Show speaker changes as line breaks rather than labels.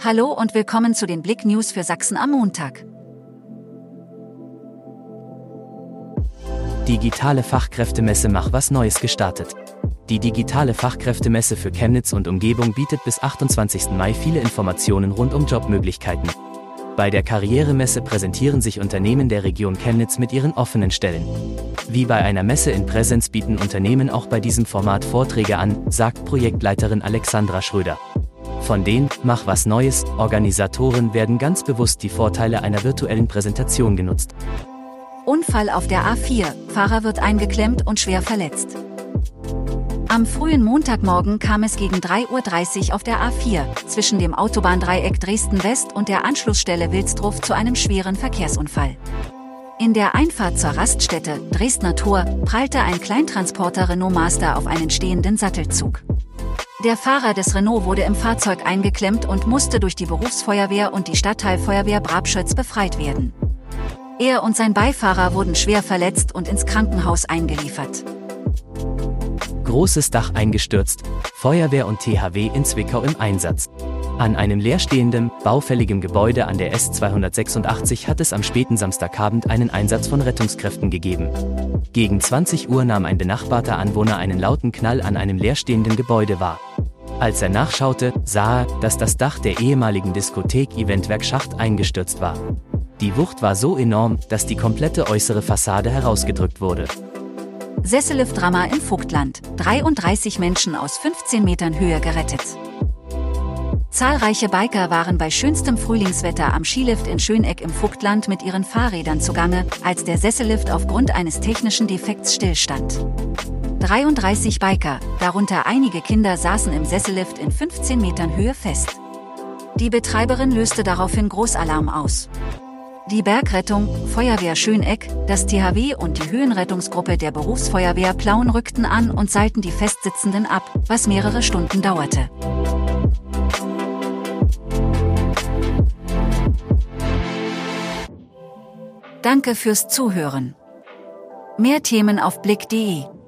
Hallo und willkommen zu den Blick News für Sachsen am Montag.
Digitale Fachkräftemesse Mach was Neues gestartet. Die digitale Fachkräftemesse für Chemnitz und Umgebung bietet bis 28. Mai viele Informationen rund um Jobmöglichkeiten. Bei der Karrieremesse präsentieren sich Unternehmen der Region Chemnitz mit ihren offenen Stellen. Wie bei einer Messe in Präsenz bieten Unternehmen auch bei diesem Format Vorträge an, sagt Projektleiterin Alexandra Schröder. Von den Mach was Neues Organisatoren werden ganz bewusst die Vorteile einer virtuellen Präsentation genutzt.
Unfall auf der A4, Fahrer wird eingeklemmt und schwer verletzt. Am frühen Montagmorgen kam es gegen 3:30 Uhr auf der A4 zwischen dem Autobahndreieck Dresden-West und der Anschlussstelle Wilsdruf zu einem schweren Verkehrsunfall. In der Einfahrt zur Raststätte Dresdner Tor prallte ein Kleintransporter Renault Master auf einen stehenden Sattelzug. Der Fahrer des Renault wurde im Fahrzeug eingeklemmt und musste durch die Berufsfeuerwehr und die Stadtteilfeuerwehr Brabschötz befreit werden. Er und sein Beifahrer wurden schwer verletzt und ins Krankenhaus eingeliefert.
Großes Dach eingestürzt, Feuerwehr und THW in Zwickau im Einsatz. An einem leerstehenden, baufälligen Gebäude an der S286 hat es am späten Samstagabend einen Einsatz von Rettungskräften gegeben. Gegen 20 Uhr nahm ein benachbarter Anwohner einen lauten Knall an einem leerstehenden Gebäude wahr. Als er nachschaute, sah er, dass das Dach der ehemaligen Diskothek Eventwerk Schacht eingestürzt war. Die Wucht war so enorm, dass die komplette äußere Fassade herausgedrückt wurde.
Sessellift-Drama im Vogtland. 33 Menschen aus 15 Metern Höhe gerettet. Zahlreiche Biker waren bei schönstem Frühlingswetter am Skilift in Schöneck im Vogtland mit ihren Fahrrädern zugange, als der Sessellift aufgrund eines technischen Defekts stillstand. 33 Biker, darunter einige Kinder, saßen im Sessellift in 15 Metern Höhe fest. Die Betreiberin löste daraufhin Großalarm aus. Die Bergrettung, Feuerwehr Schöneck, das THW und die Höhenrettungsgruppe der Berufsfeuerwehr Plauen rückten an und seilten die Festsitzenden ab, was mehrere Stunden dauerte. Danke fürs Zuhören. Mehr Themen auf blick.de